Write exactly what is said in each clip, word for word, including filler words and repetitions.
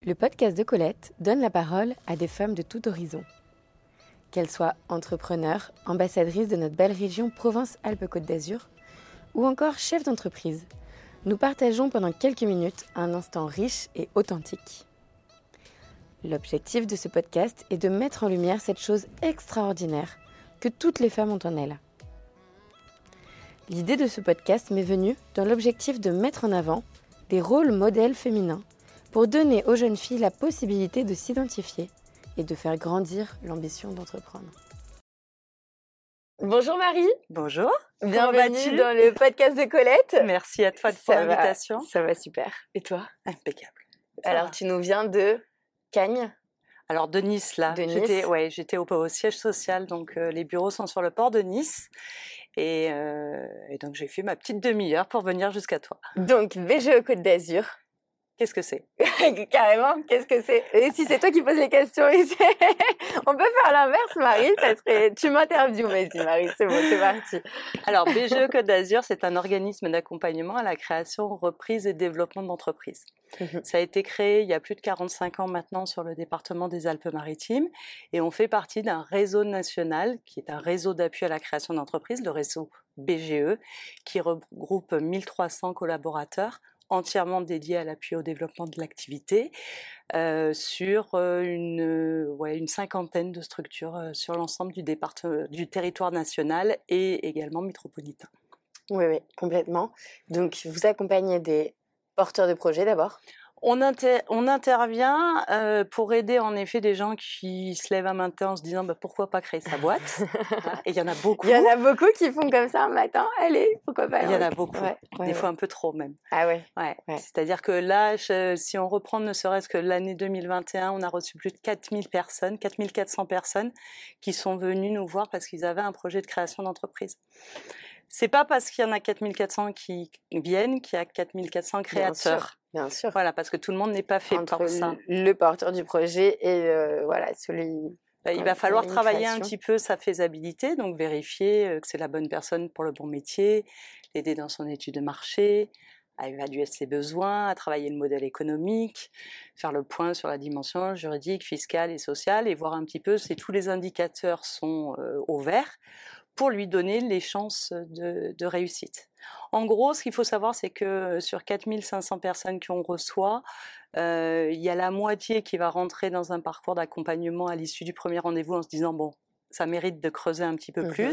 Le podcast de Colette donne la parole à des femmes de tout horizon. Qu'elles soient entrepreneurs, ambassadrices de notre belle région Provence-Alpes-Côte d'Azur, ou encore chefs d'entreprise, nous partageons pendant quelques minutes un instant riche et authentique. L'objectif de ce podcast est de mettre en lumière cette chose extraordinaire que toutes les femmes ont en elles. L'idée de ce podcast m'est venue dans l'objectif de mettre en avant des rôles modèles féminins pour donner aux jeunes filles la possibilité de s'identifier et de faire grandir l'ambition d'entreprendre. Bonjour Marie. Bonjour. Bienvenue dans le podcast de Colette. Merci à toi pour l'invitation. Ça va super. Et toi? Impeccable. Ça Alors va. tu nous viens de Cagnes? Alors de Nice là. De Nice. J'étais, ouais, j'étais au, au siège social, donc euh, les bureaux sont sur le port de Nice. Et, euh, et donc j'ai fait ma petite demi-heure pour venir jusqu'à toi. Donc B G E Côte d'Azur. Qu'est-ce que c'est? Carrément, qu'est-ce que c'est? Et si c'est toi qui poses les questions, on peut faire l'inverse, Marie, ça serait... Tu m'interviews, vas-y Marie, c'est bon, c'est parti. Alors B G E Côte d'Azur, c'est un organisme d'accompagnement à la création, reprise et développement d'entreprises. Mmh. Ça a été créé il y a plus de quarante-cinq ans maintenant sur le département des Alpes-Maritimes et on fait partie d'un réseau national qui est un réseau d'appui à la création d'entreprises, le réseau B G E, qui regroupe mille trois cents collaborateurs entièrement dédié à l'appui au développement de l'activité, euh, sur euh, une, euh, ouais, une cinquantaine de structures euh, sur l'ensemble du, département, du territoire national et également métropolitain. Oui, oui, complètement. Donc, vous accompagnez des porteurs de projets d'abord? On, inter- on intervient euh, pour aider en effet des gens qui se lèvent un matin en se disant bah, pourquoi pas créer sa boîte. Voilà. Et il y en a beaucoup. Il y en a beaucoup qui font comme ça un matin, allez, pourquoi pas. Il y en a beaucoup, ouais, ouais, des ouais. fois un peu trop même. Ah ouais, ouais. ouais. C'est-à-dire que là, je, si on reprend ne serait-ce que l'année deux mille vingt et un, on a reçu plus de quatre mille personnes, quatre mille quatre cents personnes qui sont venues nous voir parce qu'ils avaient un projet de création d'entreprise. C'est pas parce qu'il y en a quatre mille quatre cents qui viennent qu'il y a quatre mille quatre cents créateurs. Bien sûr. Bien sûr. Voilà, parce que tout le monde n'est pas fait Entre pour ça. Le porteur du projet et euh, voilà, celui... Il va falloir travailler un petit peu sa faisabilité, donc vérifier que c'est la bonne personne pour le bon métier, l'aider dans son étude de marché, à évaluer ses besoins, à travailler le modèle économique, faire le point sur la dimension juridique, fiscale et sociale et voir un petit peu si tous les indicateurs sont euh, au vert pour lui donner les chances de, de réussite. En gros, ce qu'il faut savoir, c'est que sur quatre mille cinq cents personnes qu'on reçoit, euh, il y a la moitié qui va rentrer dans un parcours d'accompagnement à l'issue du premier rendez-vous en se disant « bon, ça mérite de creuser un petit peu mmh. plus ».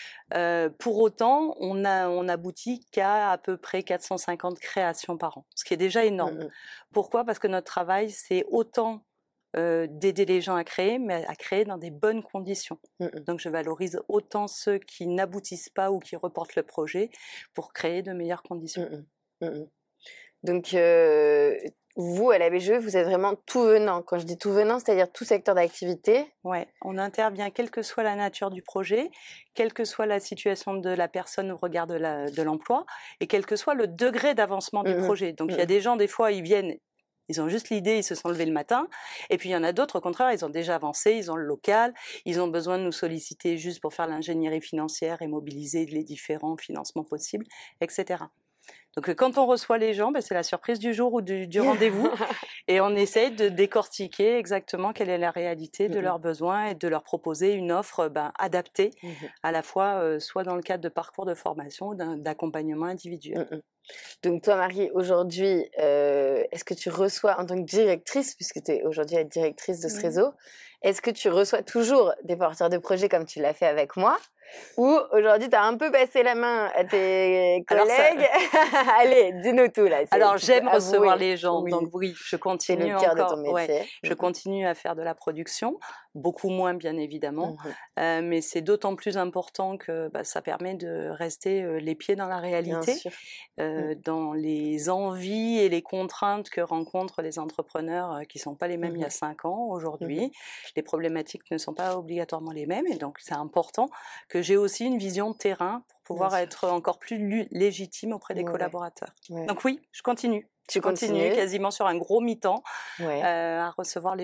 Euh, pour autant, on, a, on aboutit qu'à à peu près quatre cent cinquante créations par an, ce qui est déjà énorme. Mmh. Pourquoi? Parce que notre travail, c'est autant euh, d'aider les gens à créer, mais à créer dans des bonnes conditions. Mmh. Donc, je valorise autant ceux qui n'aboutissent pas ou qui reportent le projet pour créer de meilleures conditions. Mmh. Mmh. Donc, euh, vous, à la B G E, vous êtes vraiment tout venant. Quand je dis tout venant, c'est-à-dire tout secteur d'activité. Oui, on intervient quelle que soit la nature du projet, quelle que soit la situation de la personne au regard de, la, de l'emploi, et quel que soit le degré d'avancement du mmh. projet. Donc, mmh. il y a des gens, des fois, ils viennent, ils ont juste l'idée, ils se sont levés le matin, et puis il y en a d'autres, au contraire, ils ont déjà avancé, ils ont le local, ils ont besoin de nous solliciter juste pour faire l'ingénierie financière et mobiliser les différents financements possibles, et cetera. Donc, quand on reçoit les gens, ben, c'est la surprise du jour ou du, du rendez-vous et on essaye de décortiquer exactement quelle est la réalité de mmh. leurs besoins et de leur proposer une offre ben, adaptée mmh. à la fois euh, soit dans le cadre de parcours de formation ou d'accompagnement individuel. Mmh. Donc toi, Marie, aujourd'hui, euh, est-ce que tu reçois en tant que directrice, puisque tu es aujourd'hui la directrice de ce mmh. réseau, est-ce que tu reçois toujours des porteurs de projets comme tu l'as fait avec moi? Ou aujourd'hui, tu as un peu passé la main à tes collègues? Ça... Allez, dis-nous tout là. Alors, j'aime recevoir les gens, oui. donc oui, je continue c'est le cœur encore. De ton métier. Ouais, mmh. je continue à faire de la production, beaucoup moins bien évidemment, mmh. euh, mais c'est d'autant plus important que bah, ça permet de rester euh, les pieds dans la réalité, euh, mmh. dans les envies et les contraintes que rencontrent les entrepreneurs euh, qui ne sont pas les mêmes mmh. il y a cinq ans, aujourd'hui. Mmh. Les problématiques ne sont pas obligatoirement les mêmes, et donc c'est important que j'ai aussi une vision de terrain pour pouvoir Bien être sûr. Encore plus légitime auprès des ouais, collaborateurs. Ouais. Donc oui, je continue. Tu je continue continues. quasiment sur un gros mi-temps ouais. euh, à recevoir les gens.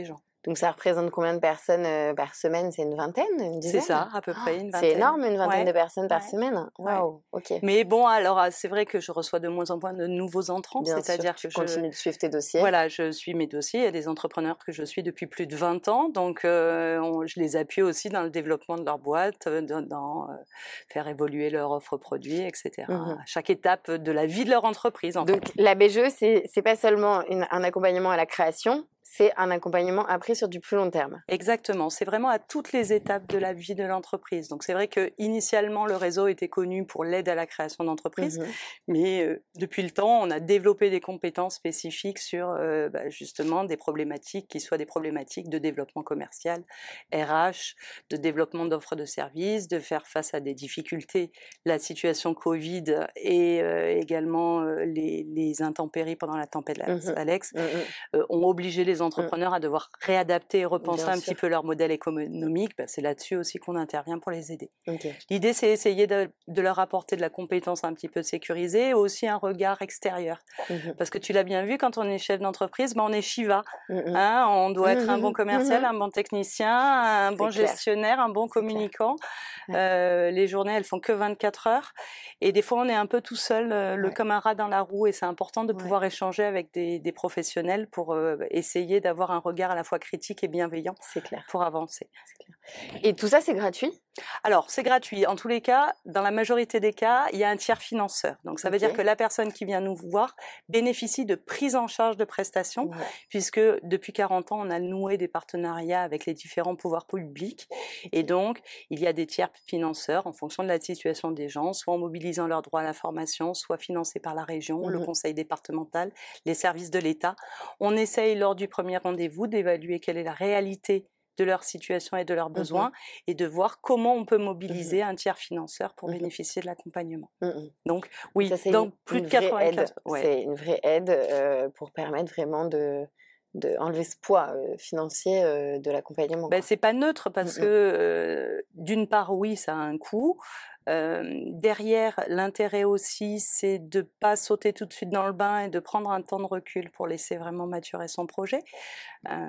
Donc ça représente combien de personnes euh, par semaine? C'est une vingtaine, une dizaine? C'est ça, à peu près une vingtaine. C'est énorme, une vingtaine ouais. de personnes par ouais. semaine. Waouh, ouais. ok. Mais bon, alors c'est vrai que je reçois de moins en moins de nouveaux entrants, c'est-à-dire que je continue de suivre tes dossiers. Voilà, je suis mes dossiers. Il y a des entrepreneurs que je suis depuis plus de vingt ans, donc euh, on, je les appuie aussi dans le développement de leur boîte, dans, dans euh, faire évoluer leur offre produit, et cetera. Mm-hmm. À chaque étape de la vie de leur entreprise. En donc fait. la B G E, c'est c'est pas seulement une, un accompagnement à la création. C'est un accompagnement après sur du plus long terme. Exactement, c'est vraiment à toutes les étapes de la vie de l'entreprise. Donc c'est vrai que initialement le réseau était connu pour l'aide à la création d'entreprise, mmh. mais euh, depuis le temps, on a développé des compétences spécifiques sur euh, bah, justement des problématiques qui soient des problématiques de développement commercial, R H, de développement d'offres de services, de faire face à des difficultés, la situation Covid et euh, également euh, les, les intempéries pendant la tempête mmh. Alex mmh. Euh, ont obligé les entrepreneurs à devoir réadapter et repenser Bien un sûr. petit peu leur modèle économique, bah, c'est là-dessus aussi qu'on intervient pour les aider. Okay. L'idée, c'est essayer de, de leur apporter de la compétence un petit peu sécurisée et aussi un regard extérieur. Mm-hmm. Parce que tu l'as bien vu, quand on est chef d'entreprise, bah, on est Shiva. Mm-hmm. Hein, on doit être un bon commercial, mm-hmm. un bon technicien, un bon clair. gestionnaire, un bon c'est communicant. Ouais. Euh, les journées, elles font que vingt-quatre heures. Et des fois, on est un peu tout seul, euh, le ouais. comme un rat dans la roue. Et c'est important de ouais. pouvoir échanger avec des, des professionnels pour euh, essayer d'avoir un regard à la fois critique et bienveillant c'est clair. pour avancer. C'est clair. Et tout ça, c'est gratuit? Alors, c'est gratuit. En tous les cas, dans la majorité des cas, il y a un tiers financeur. Donc, ça veut okay. dire que la personne qui vient nous voir bénéficie de prise en charge de prestations, ouais. puisque depuis quarante ans, on a noué des partenariats avec les différents pouvoirs publics. Okay. Et donc, il y a des tiers financeurs en fonction de la situation des gens, soit en mobilisant leurs droits à la formation, soit financés par la région, mmh. le conseil départemental, les services de l'État. On essaye, lors du premier rendez-vous, d'évaluer quelle est la réalité de leur situation et de leurs besoins, mmh. et de voir comment on peut mobiliser mmh. un tiers financeur pour mmh. bénéficier de l'accompagnement. Mmh. Donc, oui, ça, donc plus de quatre-vingt-quinze. Ouais. C'est une vraie aide euh, pour permettre vraiment de, de enlever ce poids euh, financier euh, de l'accompagnement. Ben, c'est pas neutre parce mmh. que, euh, d'une part, oui, ça a un coût. Euh, derrière, l'intérêt aussi, c'est de ne pas sauter tout de suite dans le bain et de prendre un temps de recul pour laisser vraiment maturer son projet. Euh,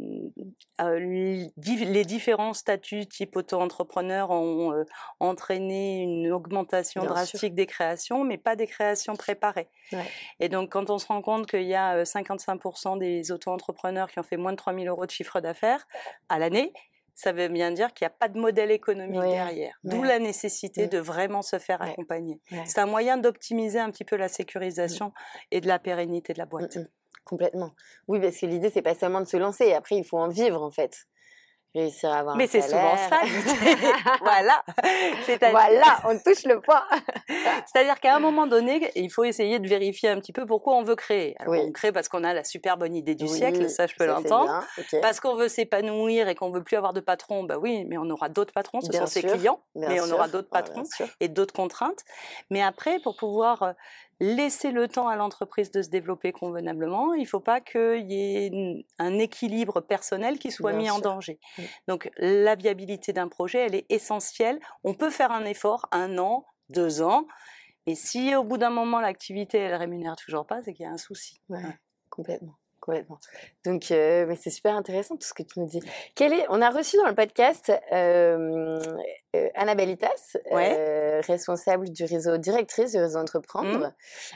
euh, les différents statuts type auto-entrepreneur ont euh, entraîné une augmentation Bien drastique sûr. des créations, mais pas des créations préparées. Ouais. Et donc, quand on se rend compte qu'il y a cinquante-cinq pour cent des auto-entrepreneurs qui ont fait moins de trois mille euros de chiffre d'affaires à l'année, ça veut bien dire qu'il n'y a pas de modèle économique ouais, derrière. Ouais. D'où la nécessité ouais. de vraiment se faire ouais. accompagner. Ouais. C'est un moyen d'optimiser un petit peu la sécurisation ouais. et de la pérennité de la boîte. Mmh, complètement. Oui, parce que l'idée, c'est pas seulement de se lancer. Après, il faut en vivre, en fait. Réussir à avoir Mais un c'est salaire. souvent ça l'idée. Voilà. Voilà, on touche le point. C'est-à-dire qu'à un moment donné, il faut essayer de vérifier un petit peu pourquoi on veut créer. Alors, oui. on crée parce qu'on a la super bonne idée du oui, siècle, ça je peux ça l'entendre. Okay. Parce qu'on veut s'épanouir et qu'on veut plus avoir de patron, bah oui, mais on aura d'autres patrons, ce bien sont sûr, ses clients, mais sûr. on aura d'autres patrons ouais, et d'autres contraintes. Mais après, pour pouvoir laisser le temps à l'entreprise de se développer convenablement, il ne faut pas qu'il y ait un équilibre personnel qui soit bien mis sûr. en danger. Oui. Donc la viabilité d'un projet, elle est essentielle. On peut faire un effort, un an, deux ans, mais si au bout d'un moment l'activité elle rémunère toujours pas, c'est qu'il y a un souci. Ouais, ouais. Complètement. Complètement. Donc, euh, mais c'est super intéressant tout ce que tu nous dis. Quel est, on a reçu dans le podcast euh, euh, Annabelle Itas, ouais. euh, responsable du réseau, directrice du réseau Entreprendre. Mmh.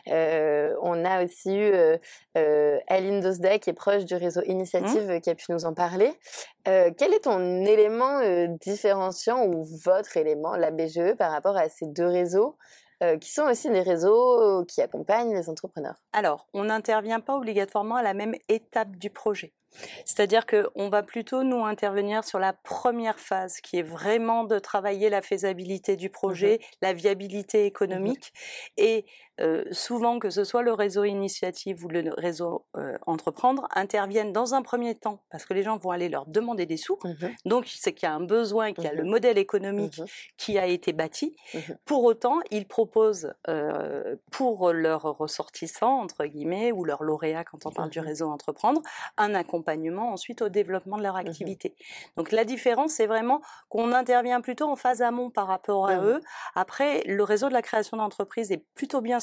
Euh, on a aussi eu euh, euh, Aline Dosda qui est proche du réseau Initiative mmh. qui a pu nous en parler. Euh, quel est ton élément euh, différenciant ou votre élément, la B G E, par rapport à ces deux réseaux Euh, qui sont aussi des réseaux qui accompagnent les entrepreneurs? Alors, on n'intervient pas obligatoirement à la même étape du projet. C'est-à-dire qu'on va plutôt nous intervenir sur la première phase qui est vraiment de travailler la faisabilité du projet, mmh. la viabilité économique mmh. et euh, souvent que ce soit le réseau Initiative ou le réseau euh, Entreprendre interviennent dans un premier temps parce que les gens vont aller leur demander des sous, mmh. donc c'est qu'il y a un besoin, qu'il y a mmh. le modèle économique mmh. qui a été bâti. Mmh. Pour autant, ils proposent euh, pour leurs ressortissants, entre guillemets, ou leurs lauréats quand on parle mmh. du réseau Entreprendre, un accompagnement ensuite au développement de leur activité. Mmh. Donc la différence, c'est vraiment qu'on intervient plutôt en phase amont par rapport à mmh. eux. Après, le réseau de la création d'entreprise est plutôt bien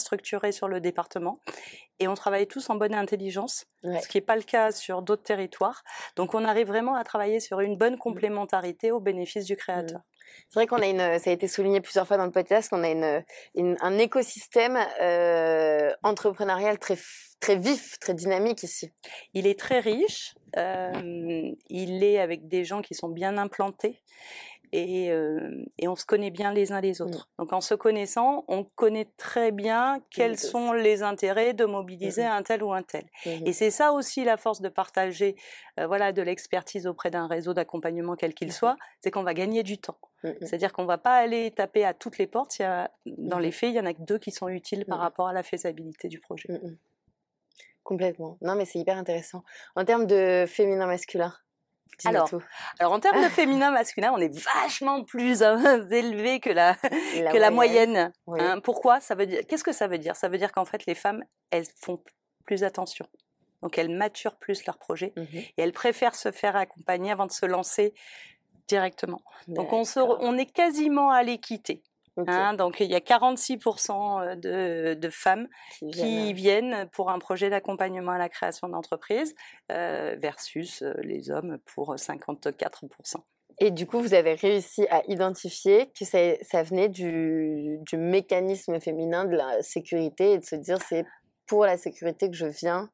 structuré sur le département et on travaille tous en bonne intelligence, Ouais. ce qui n'est pas le cas sur d'autres territoires. Donc on arrive vraiment à travailler sur une bonne complémentarité au bénéfice du créateur. C'est vrai qu'on a une, ça a été souligné plusieurs fois dans le podcast, qu'on a une, une, un écosystème euh, entrepreneurial très, très vif, très dynamique ici. Il est très riche, euh, il est avec des gens qui sont bien implantés. Et, euh, et on se connaît bien les uns les autres. Mmh. Donc en se connaissant, on connaît très bien quels mmh. sont les intérêts de mobiliser mmh. un tel ou un tel. Mmh. Et c'est ça aussi la force de partager euh, voilà, de l'expertise auprès d'un réseau d'accompagnement quel qu'il mmh. soit, c'est qu'on va gagner du temps. Mmh. C'est-à-dire qu'on ne va pas aller taper à toutes les portes. Il y a, dans mmh. les faits, il n'y en a que deux qui sont utiles mmh. par rapport à la faisabilité du projet. Mmh. Complètement. Non mais c'est hyper intéressant. En termes de féminin-masculin, Alors, alors, en termes de féminin-masculin, on est vachement plus hein, élevé que la, la, que la moyenne. moyenne oui. hein. Pourquoi ça veut dire, qu'est-ce que ça veut dire? Ça veut dire qu'en fait, les femmes, elles font plus attention. Donc, elles maturent plus leur projet mm-hmm. et elles préfèrent se faire accompagner avant de se lancer directement. Donc, on, se, on est quasiment à l'équité. Okay. Hein, donc, il y a quarante-six pour cent de, de femmes qui, qui viennent. viennent pour un projet d'accompagnement à la création d'entreprise euh, versus les hommes pour cinquante-quatre pour cent. Et du coup, vous avez réussi à identifier que ça, ça venait du, du mécanisme féminin de la sécurité et de se dire c'est pour la sécurité que je viens.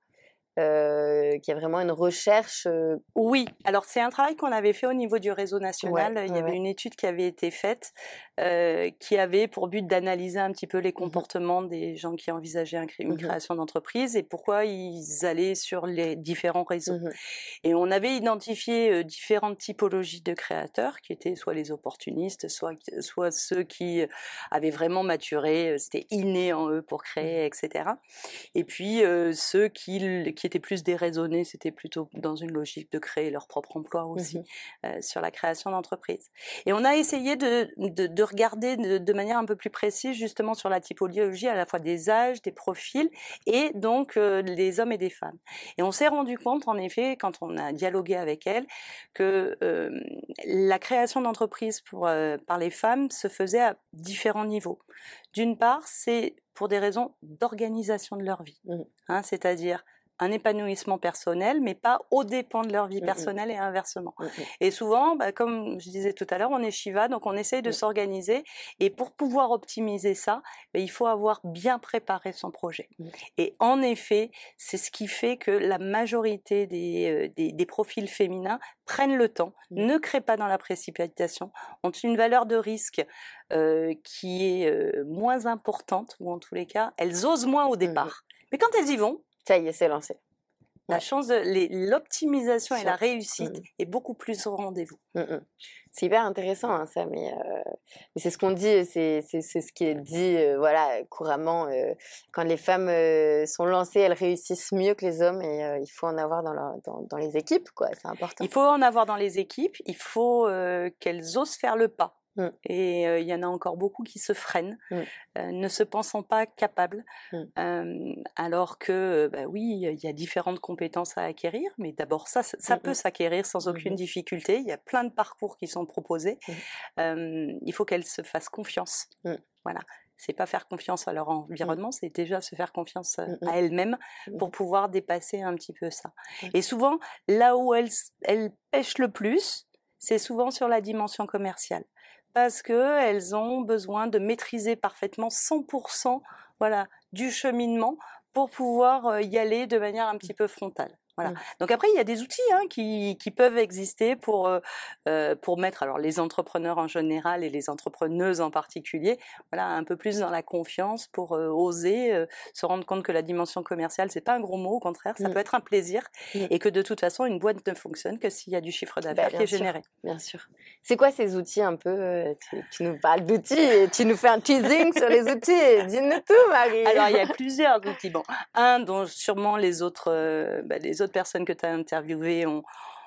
Euh, qu'il y a vraiment une recherche euh... Oui, alors c'est un travail qu'on avait fait au niveau du réseau national. Ouais, il y ouais. avait une étude qui avait été faite euh, qui avait pour but d'analyser un petit peu les comportements mmh. des gens qui envisageaient un, une mmh. création d'entreprise et pourquoi ils allaient sur les différents réseaux. Mmh. Et on avait identifié euh, différentes typologies de créateurs qui étaient soit les opportunistes, soit, soit ceux qui avaient vraiment maturé, c'était inné en eux pour créer, mmh. et cetera. Et puis euh, ceux qui, qui étaient plus déraisonnés, c'était plutôt dans une logique de créer leur propre emploi aussi mmh. euh, sur la création d'entreprise. Et on a essayé de, de, de regarder de, de manière un peu plus précise justement sur la typologie à la fois des âges, des profils et donc euh, des hommes et des femmes. Et on s'est rendu compte en effet quand on a dialogué avec elles que euh, la création d'entreprise pour, euh, par les femmes se faisait à différents niveaux. D'une part, c'est pour des raisons d'organisation de leur vie, mmh. hein, c'est-à-dire un épanouissement personnel, mais pas aux dépens de leur vie personnelle mmh. et inversement. Mmh. Et souvent, bah, comme je disais tout à l'heure, on est Shiva, donc on essaye de mmh. s'organiser, et pour pouvoir optimiser ça, bah, il faut avoir bien préparé son projet. Mmh. Et en effet, c'est ce qui fait que la majorité des, euh, des, des profils féminins prennent le temps, mmh. ne créent pas dans la précipitation, ont une valeur de risque euh, qui est euh, moins importante, ou en tous les cas, elles osent moins au départ. Mmh. Mais quand elles y vont, ça y est, c'est lancé. La ouais. chance de les, l'optimisation et la réussite mmh. est beaucoup plus au rendez-vous. Mmh. C'est hyper intéressant hein, ça, mais, euh, mais c'est ce qu'on dit, c'est, c'est, c'est ce qui est dit euh, voilà, couramment. Euh, quand les femmes euh, sont lancées, elles réussissent mieux que les hommes et euh, il faut en avoir dans, leur, dans, dans les équipes, quoi. C'est important. Il faut en avoir dans les équipes, il faut euh, qu'elles osent faire le pas. Mmh. Et il euh, y en a encore beaucoup qui se freinent, mmh. euh, ne se pensant pas capables, mmh. euh, alors que, bah oui, il y a différentes compétences à acquérir, mais d'abord ça, ça mmh. peut s'acquérir sans aucune mmh. difficulté, il y a plein de parcours qui sont proposés, mmh. euh, il faut qu'elles se fassent confiance, mmh. voilà. C'est pas faire confiance à leur environnement, mmh. c'est déjà se faire confiance à, mmh. à elles-mêmes mmh. pour pouvoir dépasser un petit peu ça. Mmh. Et souvent, là où elles, elles pêchent le plus, c'est souvent sur la dimension commerciale. Parce qu'elles ont besoin de maîtriser parfaitement cent pour cent voilà, du cheminement pour pouvoir y aller de manière un petit peu frontale. Voilà. Mmh. Donc après, il y a des outils hein, qui, qui peuvent exister pour, euh, pour mettre alors, les entrepreneurs en général et les entrepreneuses en particulier voilà, un peu plus dans la confiance pour euh, oser euh, se rendre compte que la dimension commerciale, c'est pas un gros mot, au contraire, ça mmh. peut être un plaisir mmh. et que de toute façon, une boîte ne fonctionne que s'il y a du chiffre d'affaires bah, qui est sûr, généré. Bien sûr. C'est quoi ces outils un peu euh, tu, tu nous parles d'outils et tu nous fais un teasing sur les outils. Dis-nous tout, Marie. Alors, il y a plusieurs outils. Bon, un dont sûrement les autres, euh, bah, les autres personnes que tu as interviewées ont,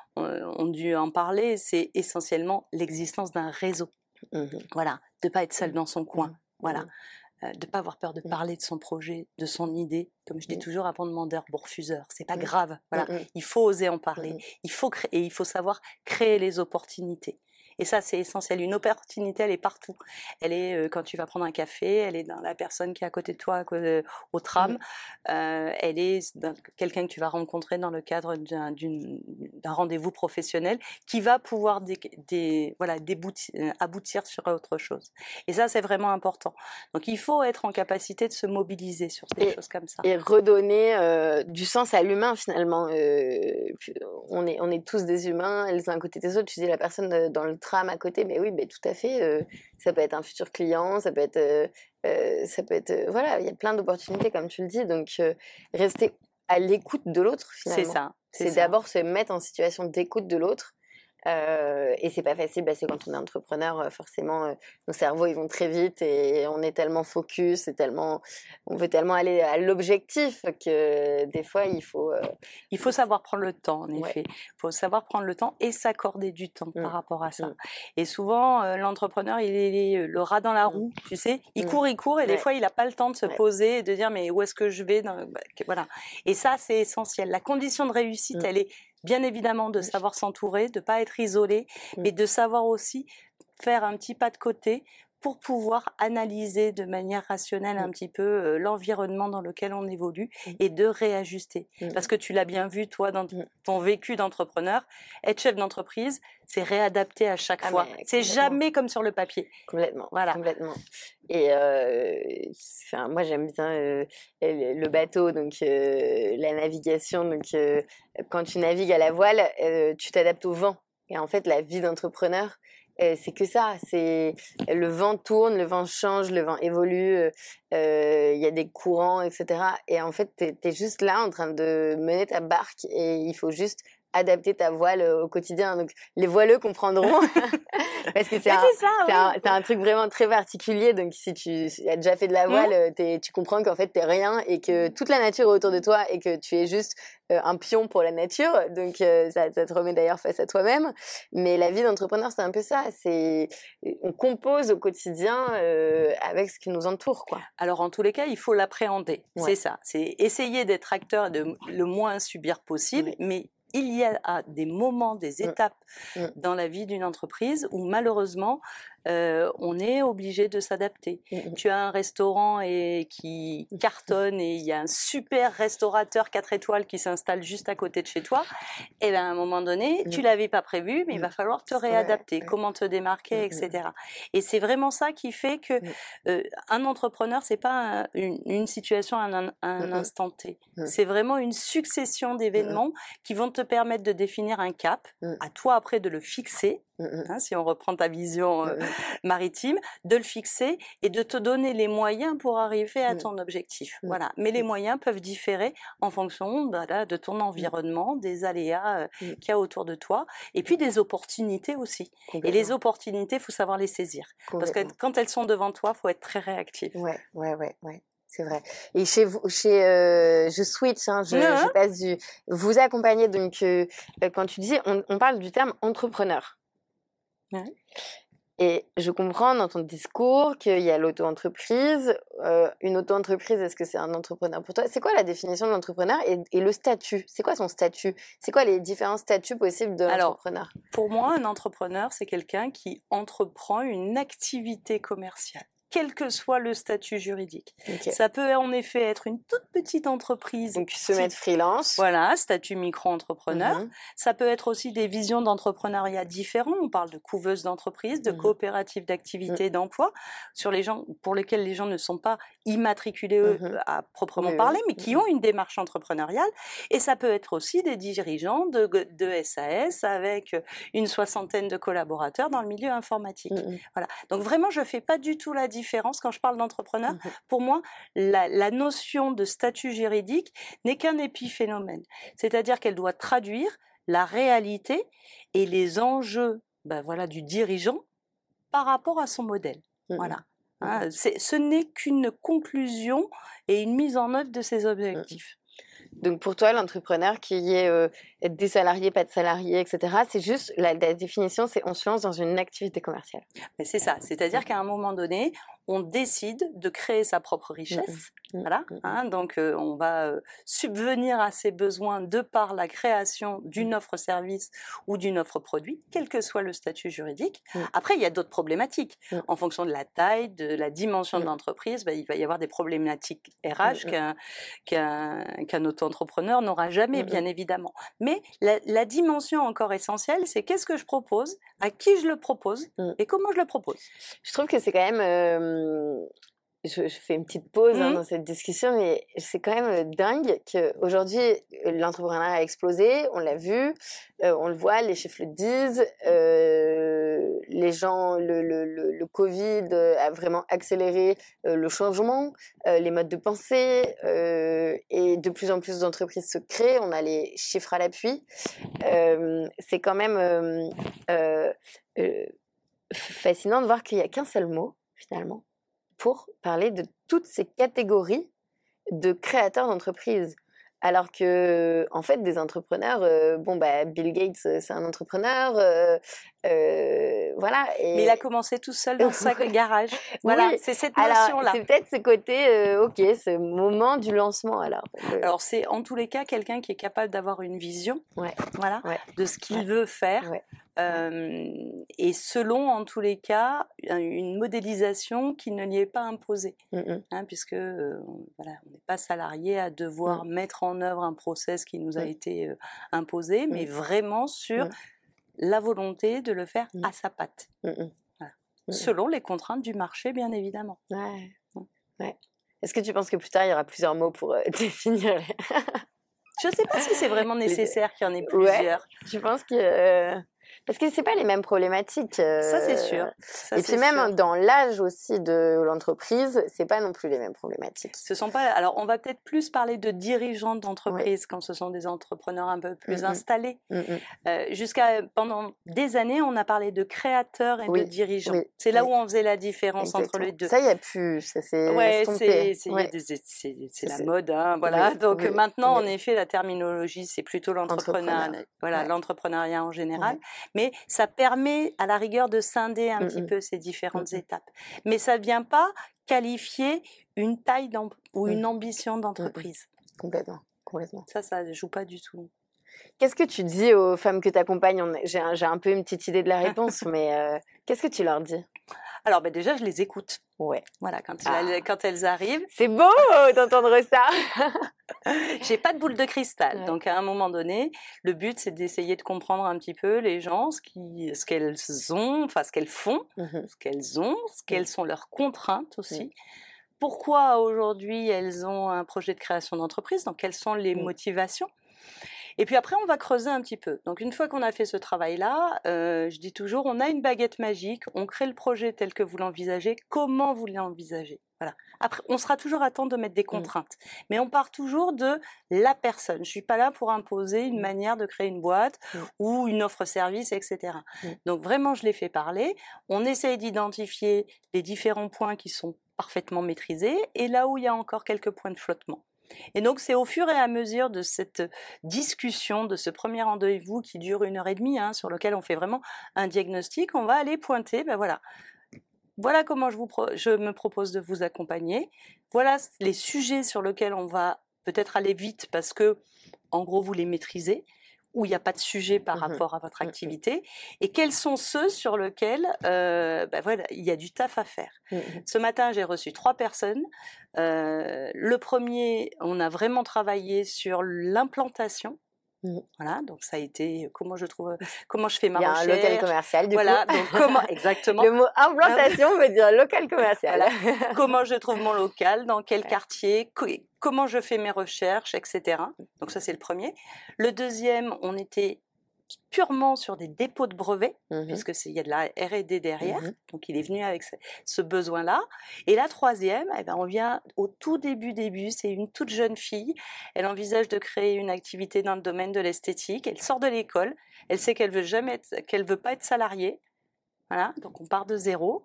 ont dû en parler, c'est essentiellement l'existence d'un réseau. Mmh. Voilà, de ne pas être seul dans son coin. Mmh. Voilà. Euh, de ne pas avoir peur de parler de son projet, de son idée. Comme je dis mmh. toujours à bon demandeur, bon refuseur, c'est pas mmh. grave. Voilà. Mmh. Il faut oser en parler. Mmh. Il faut créer, et il faut savoir créer les opportunités. Et ça, c'est essentiel. Une opportunité, elle est partout. Elle est euh, quand tu vas prendre un café, elle est dans la personne qui est à côté de toi, au tram. Mmh. Euh, elle est dans quelqu'un que tu vas rencontrer dans le cadre d'un, d'une, d'un rendez-vous professionnel qui va pouvoir dé, dé, voilà, déboutir, aboutir sur autre chose. Et ça, c'est vraiment important. Donc, il faut être en capacité de se mobiliser sur des et, choses comme ça. Et redonner euh, du sens à l'humain, finalement. Euh, on, est, on est tous des humains, les uns à côté des autres. Tu dis la personne dans le tram à côté, mais oui, mais tout à fait. Euh, ça peut être un futur client, ça peut être... Euh, euh, ça peut être... Euh, voilà, il y a plein d'opportunités, comme tu le dis. Donc, euh, rester à l'écoute de l'autre, finalement. C'est ça. C'est, c'est c'est d'abord se mettre en situation d'écoute de l'autre. Euh, et c'est pas facile parce que quand on est entrepreneur, forcément, euh, nos cerveaux ils vont très vite et on est tellement focus, et tellement, on veut tellement aller à l'objectif que des fois il faut. Euh, il faut savoir prendre le temps, en effet. Il ouais. faut savoir prendre le temps et s'accorder du temps mmh. par rapport à ça. Mmh. Et souvent, euh, l'entrepreneur, il est, il est le rat dans la roue, mmh. tu sais. Il mmh. court, il court, et ouais. des fois, il n'a pas le temps de se ouais. poser et de dire mais où est-ce que je vais dans... Voilà. Et ça, c'est essentiel. La condition de réussite, mmh. elle est bien évidemment de savoir s'entourer, de ne pas être isolé, mmh. mais de savoir aussi faire un petit pas de côté pour pouvoir analyser de manière rationnelle mmh. un petit peu euh, l'environnement dans lequel on évolue mmh. et de réajuster. Mmh. Parce que tu l'as bien vu, toi, dans mmh. ton vécu d'entrepreneur, être chef d'entreprise, c'est réadapter à chaque ah fois. C'est jamais comme sur le papier. Complètement, voilà. Complètement. Et euh, enfin, moi, j'aime bien euh, le bateau, donc euh, la navigation. Donc, euh, quand tu navigues à la voile, euh, tu t'adaptes au vent. Et en fait, la vie d'entrepreneur, euh, c'est que ça. C'est le vent tourne, le vent change, le vent évolue. Il euh, y a des courants, et cetera. Et en fait, t'es, t'es juste là en train de mener ta barque et il faut juste adapter ta voile au quotidien. Donc, les voileux comprendront parce que c'est un, c'est, ça, c'est, oui. un, c'est un truc vraiment très particulier. Donc, si tu as déjà fait de la voile, mmh. tu comprends qu'en fait, t'es rien et que toute la nature est autour de toi et que tu es juste euh, un pion pour la nature. Donc, euh, ça, ça te remet d'ailleurs face à toi-même. Mais la vie d'entrepreneur, c'est un peu ça. C'est, on compose au quotidien euh, avec ce qui nous entoure, quoi. Alors, en tous les cas, il faut l'appréhender. Ouais. C'est ça. C'est essayer d'être acteur et de le moins subir possible, oui. mais il y a des moments, des étapes mmh. Mmh. dans la vie d'une entreprise où malheureusement, euh, on est obligé de s'adapter. Mmh. Tu as un restaurant et qui cartonne et il y a un super restaurateur quatre étoiles qui s'installe juste à côté de chez toi. Et bien à un moment donné, mmh. tu ne l'avais pas prévu, mais mmh. il va falloir te réadapter, ouais. comment te démarquer, mmh. et cetera. Et c'est vraiment ça qui fait que mmh. euh, un entrepreneur, ce n'est pas un, une, une situation à un, un mmh. instant T. Mmh. C'est vraiment une succession d'événements mmh. qui vont te permettre de définir un cap, mmh. à toi après de le fixer, mmh. hein, si on reprend ta vision euh, mmh. maritime, de le fixer et de te donner les moyens pour arriver à ton mmh. objectif. Mmh. Voilà. Mais les moyens peuvent différer en fonction bah, là, de ton environnement, mmh. des aléas euh, mmh. qu'il y a autour de toi, et puis des opportunités aussi. Et les opportunités, il faut savoir les saisir. Parce que quand elles sont devant toi, il faut être très réactif. Ouais, ouais, ouais, ouais. C'est vrai. Et chez vous, chez euh, je switch, hein, je, je passe du. Vous accompagnez donc euh, quand tu dis, on, on parle du terme entrepreneur. Ouais. Et je comprends dans ton discours qu'il y a l'auto-entreprise. Euh, une auto-entreprise, est-ce que c'est un entrepreneur pour toi? C'est quoi la définition de l'entrepreneur et, et le statut? C'est quoi son statut? C'est quoi les différents statuts possibles de l'entrepreneur? Alors, pour moi, un entrepreneur, c'est quelqu'un qui entreprend une activité commerciale, quel que soit le statut juridique. Okay. Ça peut en effet être une toute petite entreprise. Donc, se mettre freelance. Voilà, statut micro-entrepreneur. Mm-hmm. Ça peut être aussi des visions d'entrepreneuriat différents. On parle de couveuse d'entreprise, de mm-hmm. coopérative d'activité mm-hmm. d'emploi, sur les gens, pour lesquels les gens ne sont pas immatriculés mm-hmm. à proprement oui, parler, oui. mais qui mm-hmm. ont une démarche entrepreneuriale. Et ça peut être aussi des dirigeants de, de S A S avec une soixantaine de collaborateurs dans le milieu informatique. Mm-hmm. Voilà. Donc vraiment, je ne fais pas du tout la différence. Quand je parle d'entrepreneur, mmh. pour moi, la, la notion de statut juridique n'est qu'un épiphénomène. C'est-à-dire qu'elle doit traduire la réalité et les enjeux ben voilà, du dirigeant par rapport à son modèle. Mmh. Voilà. Mmh. Hein, c'est, ce n'est qu'une conclusion et une mise en œuvre de ses objectifs. Mmh. Donc pour toi, l'entrepreneur qui est euh, des salariés, pas de salariés, et cetera, c'est juste, la, la définition, c'est on se lance dans une activité commerciale. Mais c'est ça, c'est-à-dire qu'à un moment donné, on décide de créer sa propre richesse. Mmh. Voilà, hein, donc euh, on va euh, subvenir à ses besoins de par la création d'une offre-service ou d'une offre-produit, quel que soit le statut juridique. Mmh. Après, il y a d'autres problématiques. Mmh. En fonction de la taille, de la dimension mmh. de l'entreprise, bah, il va y avoir des problématiques R H mmh. qu'un, qu'un, qu'un auto-entrepreneur n'aura jamais, mmh. bien évidemment. Mais la, la dimension encore essentielle, c'est qu'est-ce que je propose, à qui je le propose mmh. et comment je le propose. Je trouve que c'est quand même... Euh... Je, je fais une petite pause mmh. hein, dans cette discussion, mais c'est quand même dingue qu'aujourd'hui, l'entrepreneuriat a explosé, on l'a vu, euh, on le voit, les chiffres le disent, euh, les gens, le, le, le, le Covid a vraiment accéléré euh, le changement, euh, les modes de pensée, euh, et de plus en plus d'entreprises se créent, on a les chiffres à l'appui. Euh, c'est quand même euh, euh, euh, fascinant de voir qu'il n'y a qu'un seul mot, finalement, pour parler de toutes ces catégories de créateurs d'entreprises. Alors que, en fait, des entrepreneurs, euh, bon, bah, Bill Gates, c'est un entrepreneur, euh, euh, voilà. Et... Mais il a commencé tout seul dans sa garage. Voilà, oui. C'est cette notion-là. C'est peut-être ce côté, euh, ok, ce moment du lancement, alors. Le... Alors, c'est en tous les cas quelqu'un qui est capable d'avoir une vision, ouais. voilà, ouais. de ce qu'il ouais. veut faire. Ouais. Euh, et selon, en tous les cas, une modélisation qui ne lui est pas imposée, mm-hmm. hein, puisque euh, voilà, on n'est pas salarié à devoir mm. mettre en œuvre un process qui nous a mm. été euh, imposé, mm. mais vraiment sur mm. la volonté de le faire mm. à sa patte, mm-hmm. voilà. mm. selon les contraintes du marché, bien évidemment. Ouais. Ouais. Est-ce que tu penses que plus tard, il y aura plusieurs mots pour euh, définir Je ne sais pas si c'est vraiment nécessaire qu'il y en ait plusieurs. Ouais. Tu penses que... Euh... Parce que c'est pas les mêmes problématiques. Euh... Ça, c'est sûr. Ça, et puis même sûr. Dans l'âge aussi de l'entreprise, c'est pas non plus les mêmes problématiques. Ce sont pas. Alors, on va peut-être plus parler de dirigeants d'entreprise oui. quand ce sont des entrepreneurs un peu plus mm-hmm. installés. Mm-hmm. Euh, jusqu'à pendant des années, on a parlé de créateurs et oui. de dirigeants. Oui. C'est là oui. où on faisait la différence Exactement. Entre les deux. Ça, il y a plus. Ça c'est. Ouais, c'est c'est, ouais. des, c'est, c'est, c'est la mode, hein, voilà. Oui. Donc oui. maintenant, oui. en effet, la terminologie, c'est plutôt l'entrepreneuriat. Voilà, ouais. l'entrepreneuriat en général. Ouais. Mais ça permet à la rigueur de scinder un mmh, petit peu ces différentes mmh. étapes. Mais ça ne vient pas qualifier une taille ou une mmh. ambition d'entreprise. Mmh. Complètement, complètement. Ça, ça ne joue pas du tout. Qu'est-ce que tu dis aux femmes que tu accompagnes? J'ai un, j'ai un peu une petite idée de la réponse, mais euh, qu'est-ce que tu leur dis? Alors, ben déjà, je les écoute. Ouais. Voilà, quand, ah. elles, quand elles arrivent. C'est beau d'entendre ça. J'ai pas de boule de cristal. Ouais. Donc, à un moment donné, le but, c'est d'essayer de comprendre un petit peu les gens, ce, qui, ce qu'elles ont, enfin, ce qu'elles font, mm-hmm. ce qu'elles ont, ce quelles mm-hmm. sont leurs contraintes aussi. Mm-hmm. Pourquoi aujourd'hui elles ont un projet de création d'entreprise, donc quelles sont les mm-hmm. motivations. Et puis après, on va creuser un petit peu. Donc, une fois qu'on a fait ce travail-là, euh, je dis toujours, on a une baguette magique, on crée le projet tel que vous l'envisagez, comment vous l'envisagez. Voilà. Après, on sera toujours à temps de mettre des contraintes. Mmh. Mais on part toujours de la personne. Je ne suis pas là pour imposer une manière de créer une boîte mmh. ou une offre-service, et cetera. Mmh. Donc, vraiment, je les fais parler. On essaye d'identifier les différents points qui sont parfaitement maîtrisés et là où il y a encore quelques points de flottement. Et donc, c'est au fur et à mesure de cette discussion, de ce premier rendez-vous qui dure une heure et demie, hein, sur lequel on fait vraiment un diagnostic, on va aller pointer, ben voilà, voilà comment je, vous pro- je me propose de vous accompagner, voilà les sujets sur lesquels on va peut-être aller vite parce que, en gros, vous les maîtrisez, où il n'y a pas de sujet par mmh. rapport à votre activité, et quels sont ceux sur lesquels euh, ben voilà, il y a du taf à faire. Mmh. Ce matin, j'ai reçu trois personnes. Euh, le premier, on a vraiment travaillé sur l'implantation. Mmh. Voilà, donc ça a été comment je trouve, comment je fais ma recherche. Il y a un local commercial, du voilà, coup. donc comment, exactement. Le mot implantation veut dire local commercial. Voilà. Comment je trouve mon local, dans quel ouais. quartier, co- comment je fais mes recherches, et cetera. Donc ça, c'est le premier. Le deuxième, on était purement sur des dépôts de brevets, mmh. puisque c'est, il y a de la R et D derrière, mmh. donc il est venu avec ce, ce besoin-là. Et la troisième, eh ben, on vient au tout début, début, c'est une toute jeune fille, elle envisage de créer une activité dans le domaine de l'esthétique, elle sort de l'école, elle sait qu'elle veut jamais être, qu'elle veut pas être salariée, voilà, donc on part de zéro.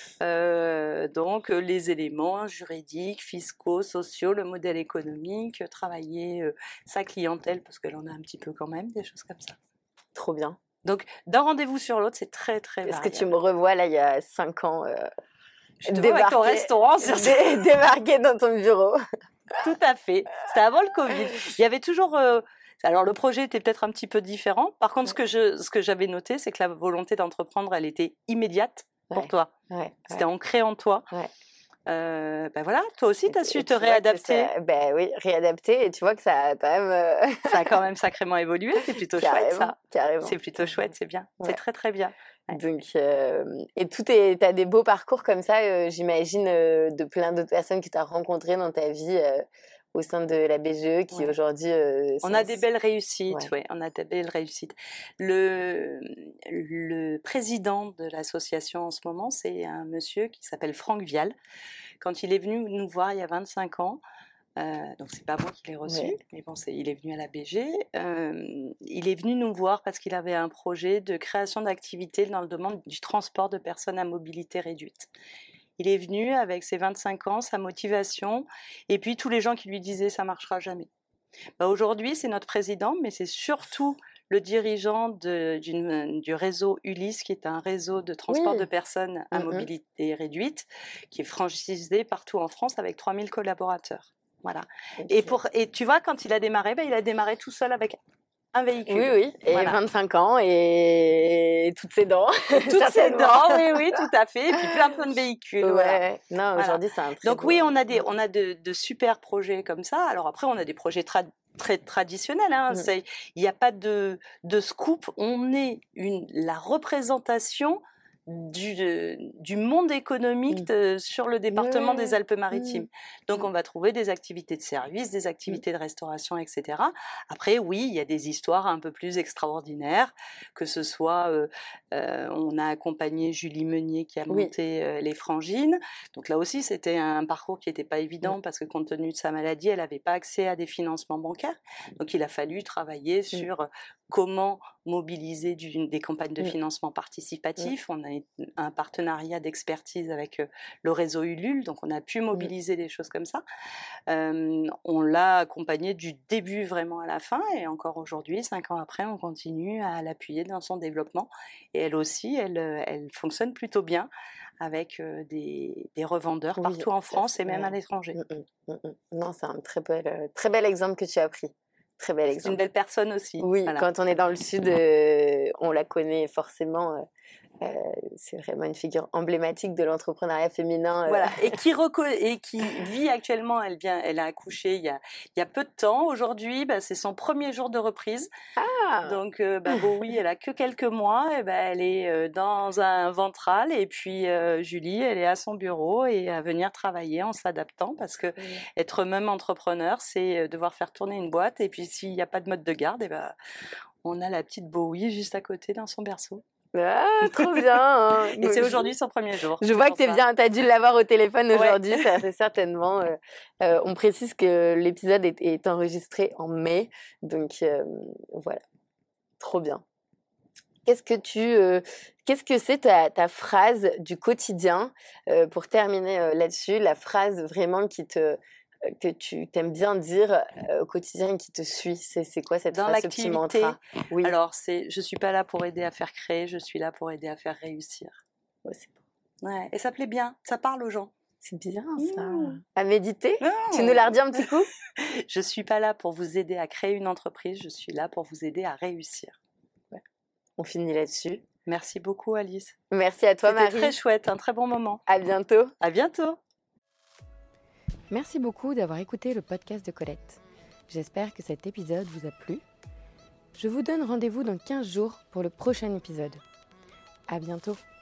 Euh, donc euh, les éléments juridiques, fiscaux, sociaux, le modèle économique, travailler euh, sa clientèle, parce qu'elle en a un petit peu quand même, des choses comme ça. Trop bien. Donc, d'un rendez-vous sur l'autre, c'est très, très Est-ce variable. que tu me revois, là, il y a cinq ans euh... Je te vois avec ton restaurant sur dé- débarquer dans ton bureau. Tout à fait. C'était avant le Covid. Il y avait toujours... Euh, alors, le projet était peut-être un petit peu différent. Par contre, ce que, je, ce que j'avais noté, c'est que la volonté d'entreprendre, elle était immédiate pour ouais. toi. Ouais. C'était ouais. ancré en toi. Ouais. Euh, ben voilà, toi aussi, tu as su et te réadapter. Ça, ben oui, réadapter. Et tu vois que ça a quand même... Euh... ça a quand même sacrément évolué. C'est plutôt carrément, chouette, ça. Carrément. C'est plutôt chouette, c'est bien. Ouais. C'est très, très bien. Ouais. Donc, euh, et tout est... Tu as des beaux parcours comme ça, euh, j'imagine, euh, de plein d'autres personnes que tu as rencontrées dans ta vie euh, au sein de la B G E qui ouais. aujourd'hui... Euh, on a des belles réussites, ouais. ouais. On a des belles réussites. Le, le président de l'association en ce moment, c'est un monsieur qui s'appelle Franck Vial. Quand il est venu nous voir il y a vingt-cinq ans, euh, donc c'est pas moi qui l'ai reçu, ouais. mais bon, c'est, il est venu à la B G. Euh, il est venu nous voir parce qu'il avait un projet de création d'activités dans le domaine du transport de personnes à mobilité réduite. Il est venu avec ses vingt-cinq ans, sa motivation, et puis tous les gens qui lui disaient ça marchera jamais. Bah aujourd'hui, c'est notre président, mais c'est surtout le dirigeant de, d'une, du réseau Ulysse, qui est un réseau de transport oui. de personnes à mmh mobilité réduite, qui est franchisé partout en France avec trois mille collaborateurs. Voilà. Okay. Et, pour, et tu vois, quand il a démarré, bah, il a démarré tout seul avec un véhicule. Oui, oui, et voilà. vingt-cinq ans et toutes ses dents. Toutes ses dents, oui, oui, tout à fait. Et puis plein, plein de véhicules. Ouais, voilà. non, voilà. Aujourd'hui, c'est un très Donc beau... oui, on a, des, on a de, de super projets comme ça. Alors après, on a des projets tra- très traditionnels. Hein. Mmh. Il n'y a pas de, de scoop. On est une, la représentation Du, de, du monde économique de, sur le département ouais. des Alpes-Maritimes. Mmh. Donc, on va trouver des activités de service, des activités mmh. de restauration, et cetera. Après, oui, il y a des histoires un peu plus extraordinaires, que ce soit, euh, euh, on a accompagné Julie Meunier qui a oui. monté euh, les Frangines. Donc là aussi, c'était un parcours qui n'était pas évident mmh. parce que compte tenu de sa maladie, elle n'avait pas accès à des financements bancaires. Donc, il a fallu travailler mmh. sur comment mobiliser du, des campagnes de mmh. financement participatif. Mmh. On a un partenariat d'expertise avec le réseau Ulule, donc on a pu mobiliser mmh. des choses comme ça. Euh, on l'a accompagné du début vraiment à la fin, et encore aujourd'hui, cinq ans après, on continue à l'appuyer dans son développement. Et elle aussi, elle, elle fonctionne plutôt bien avec des, des revendeurs oui, partout en France et même ouais. à l'étranger. Mmh, mmh, mmh. Non, c'est un très bel, très bel exemple que tu as pris. Très bel exemple. C'est une belle personne aussi. Oui, voilà. Quand on est dans le sud, euh, on la connaît forcément. Euh, euh, c'est vraiment une figure emblématique de l'entrepreneuriat féminin. Euh. Voilà, et qui, reco- et qui vit actuellement, elle, vient, elle a accouché il y a, il y a peu de temps. Aujourd'hui, bah, c'est son premier jour de reprise. Ah. Donc, euh, bah, bon, oui, elle a que quelques mois. Et bah, elle est euh, dans un ventral. Et puis, euh, Julie, elle est à son bureau et à venir travailler en s'adaptant. Parce que oui. être même entrepreneur, c'est devoir faire tourner une boîte. Et puis, s'il n'y a pas de mode de garde, et bah, on a la petite Bowie juste à côté dans son berceau. Ah, trop bien hein. Et c'est aujourd'hui son premier jour. Je vois que t'es bien, t'as dû l'avoir au téléphone aujourd'hui, ouais. ça c'est certainement. Euh, euh, on précise que l'épisode est, est enregistré en mai, donc euh, voilà, trop bien. Qu'est-ce que tu, euh, qu'est-ce que c'est ta, ta phrase du quotidien euh, pour terminer euh, là-dessus, la phrase vraiment qui te que tu t'aimes bien dire euh, au quotidien et qui te suit, c'est, c'est quoi cette Dans phrase, l'activité, ce petit mantra? Oui. Alors, c'est, je suis pas là pour aider à faire créer, je suis là pour aider à faire réussir. Ouais, c'est bon. Ouais, et ça plaît bien, ça parle aux gens. C'est bien ça. Mmh. À méditer non. Tu nous la redis un petit coup? Je suis pas là pour vous aider à créer une entreprise, je suis là pour vous aider à réussir. Ouais. On finit là-dessus. Merci beaucoup Alice. Merci à toi C'était Marie. C'était très chouette, un très bon moment. À bientôt. À bientôt. Merci beaucoup d'avoir écouté le podcast de Colette. J'espère que cet épisode vous a plu. Je vous donne rendez-vous dans quinze jours pour le prochain épisode. À bientôt.